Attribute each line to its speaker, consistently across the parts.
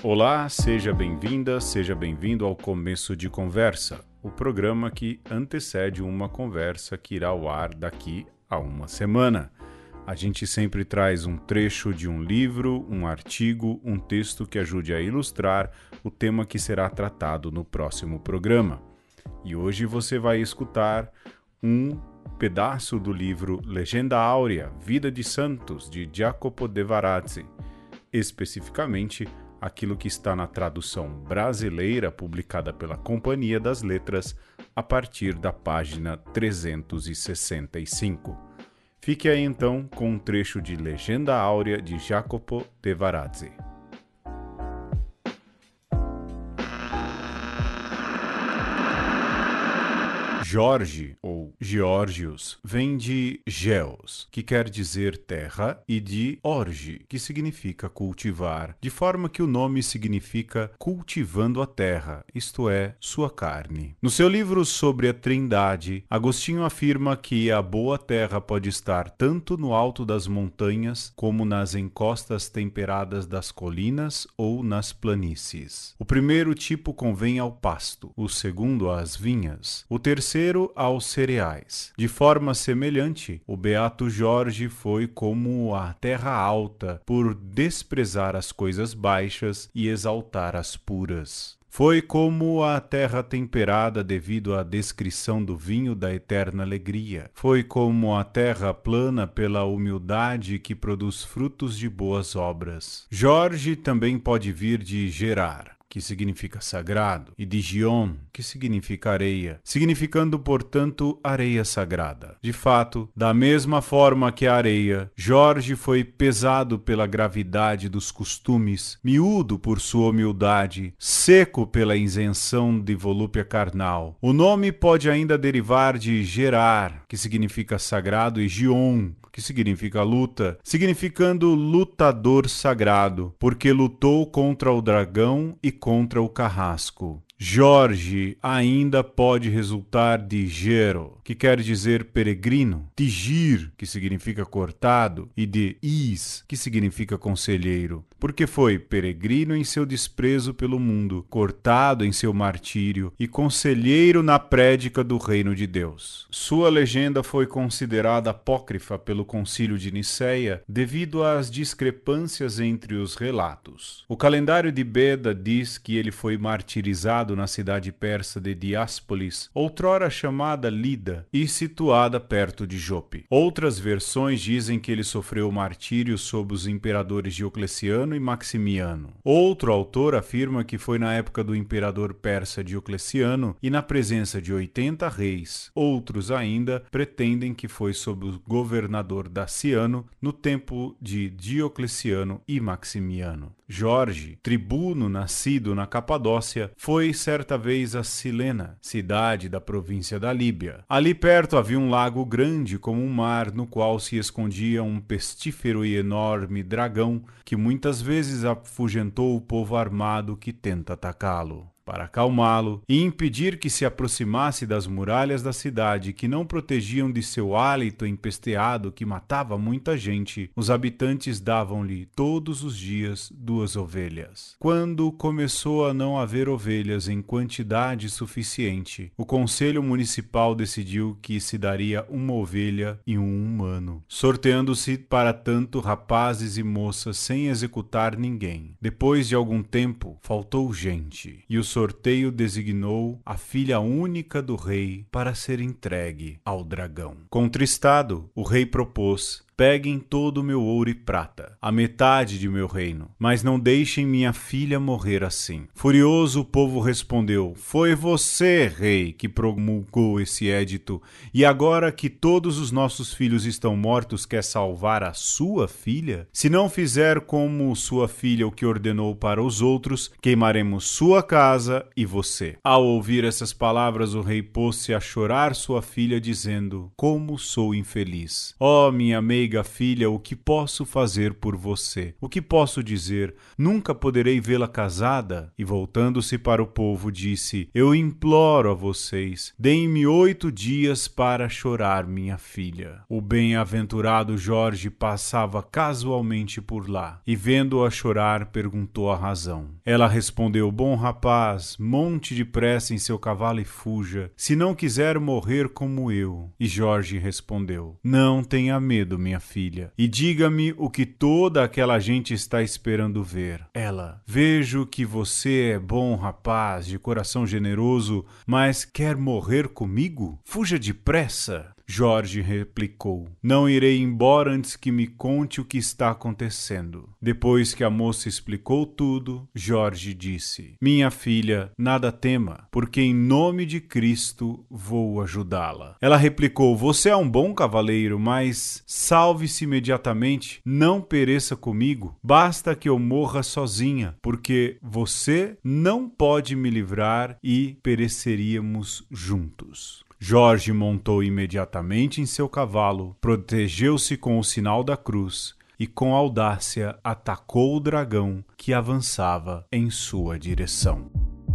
Speaker 1: Olá, seja bem-vinda, seja bem-vindo ao Começo de Conversa, o programa que antecede uma conversa que irá ao ar daqui a uma semana. A gente sempre traz um trecho de um livro, um artigo, um texto que ajude a ilustrar o tema que será tratado no próximo programa. E hoje você vai escutar um pedaço do livro Legenda Áurea, Vida de Santos, de Jacopo de Varazzi, especificamente aquilo que está na tradução brasileira publicada pela Companhia das Letras a partir da página 365. Fique aí então com um trecho de Legenda Áurea de Jacopo de Varazzi. Jorge, ou Geórgios, vem de geos, que quer dizer terra, e de orge, que significa cultivar, de forma que o nome significa cultivando a terra, isto é, sua carne. No seu livro sobre a Trindade, Agostinho afirma que a boa terra pode estar tanto no alto das montanhas como nas encostas temperadas das colinas ou nas planícies. O primeiro tipo convém ao pasto, o segundo às vinhas, o terceiro aos cereais. De forma semelhante, o beato Jorge foi como a terra alta, por desprezar as coisas baixas e exaltar as puras. Foi como a terra temperada devido à descrição do vinho da eterna alegria. Foi como a terra plana pela humildade que produz frutos de boas obras. Jorge também pode vir de gerar, que significa sagrado, e de Gion, que significa areia, significando, portanto, areia sagrada. De fato, da mesma forma que a areia, Jorge foi pesado pela gravidade dos costumes, miúdo por sua humildade, seco pela isenção de volúpia carnal. O nome pode ainda derivar de gerar, que significa sagrado, e Gion, que significa luta, significando lutador sagrado, porque lutou contra o dragão e contra o carrasco. Jorge ainda pode resultar de gero, que quer dizer peregrino, de gir, que significa cortado, e de is, que significa conselheiro, porque foi peregrino em seu desprezo pelo mundo, cortado em seu martírio e conselheiro na prédica do reino de Deus. Sua legenda foi considerada apócrifa pelo Concílio de Nicéia devido às discrepâncias entre os relatos. O calendário de Beda diz que ele foi martirizado na cidade persa de Diáspolis, outrora chamada Lida, e situada perto de Jope. Outras versões dizem que ele sofreu martírio sob os imperadores Diocleciano e Maximiano. Outro autor afirma que foi na época do imperador persa Diocleciano e na presença de 80 reis. Outros ainda pretendem que foi sob o governador Daciano no tempo de Diocleciano e Maximiano. Jorge, tribuno nascido na Capadócia, foi certa vez a Cilena, cidade da província da Líbia. Ali perto havia um lago grande como um mar, no qual se escondia um pestífero e enorme dragão que muitas vezes afugentou o povo armado que tenta atacá-lo. Para acalmá-lo e impedir que se aproximasse das muralhas da cidade que não protegiam de seu hálito empesteado que matava muita gente, os habitantes davam-lhe todos os dias 2 ovelhas. Quando começou a não haver ovelhas em quantidade suficiente, o conselho municipal decidiu que se daria 1 ovelha e 1 humano, sorteando-se para tanto rapazes e moças sem executar ninguém. Depois de algum tempo, faltou gente, e o sorteio designou a filha única do rei para ser entregue ao dragão. Contristado, o rei propôs: peguem todo o meu ouro e prata, a metade de meu reino, mas não deixem minha filha morrer assim. Furioso, o povo respondeu: foi você, rei, que promulgou esse édito, e agora que todos os nossos filhos estão mortos, quer salvar a sua filha? Se não fizer como sua filha o que ordenou para os outros, queimaremos sua casa e você. Ao ouvir essas palavras, o rei pôs-se a chorar sua filha, dizendo: como sou infeliz! Ó minha meiga meiga filha, o que posso fazer por você? O que posso dizer? Nunca poderei vê-la casada? E voltando-se para o povo, disse: Eu imploro a vocês, deem-me 8 dias para chorar minha filha. O bem-aventurado Jorge passava casualmente por lá, e vendo-a chorar, perguntou a razão. Ela respondeu: Bom rapaz, monte depressa em seu cavalo e fuja, se não quiser morrer como eu. E Jorge respondeu: Não tenha medo, minha filha, e diga-me o que toda aquela gente está esperando ver. Ela: Vejo que você é bom rapaz, de coração generoso, mas quer morrer comigo? Fuja depressa. Jorge replicou: Não irei embora antes que me conte o que está acontecendo. Depois que a moça explicou tudo, Jorge disse: Minha filha, nada tema, porque em nome de Cristo vou ajudá-la. Ela replicou: Você é um bom cavaleiro, mas salve-se imediatamente, não pereça comigo, basta que eu morra sozinha, porque você não pode me livrar e pereceríamos juntos. Jorge montou imediatamente em seu cavalo, protegeu-se com o sinal da cruz e com audácia atacou o dragão que avançava em sua direção.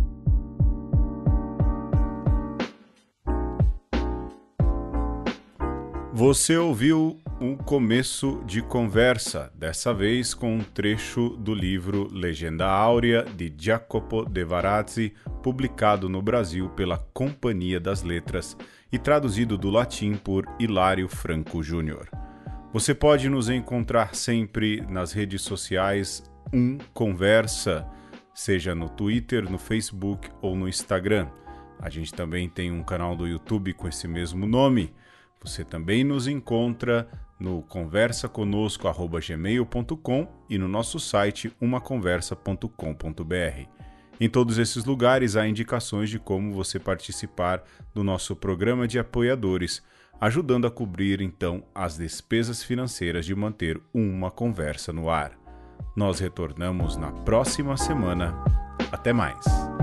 Speaker 1: Você ouviu um começo de conversa, dessa vez com um trecho do livro Legenda Áurea de Jacopo de Varazzi, publicado no Brasil pela Companhia das Letras e traduzido do latim por Hilário Franco Júnior. Você pode nos encontrar sempre nas redes sociais Conversa, seja no Twitter, no Facebook ou no Instagram. A gente também tem um canal do YouTube com esse mesmo nome. Você também nos encontra no conversaconosco@gmail.com e no nosso site umaconversa.com.br. Em todos esses lugares há indicações de como você participar do nosso programa de apoiadores, ajudando a cobrir então as despesas financeiras de manter uma conversa no ar. Nós retornamos na próxima semana. Até mais!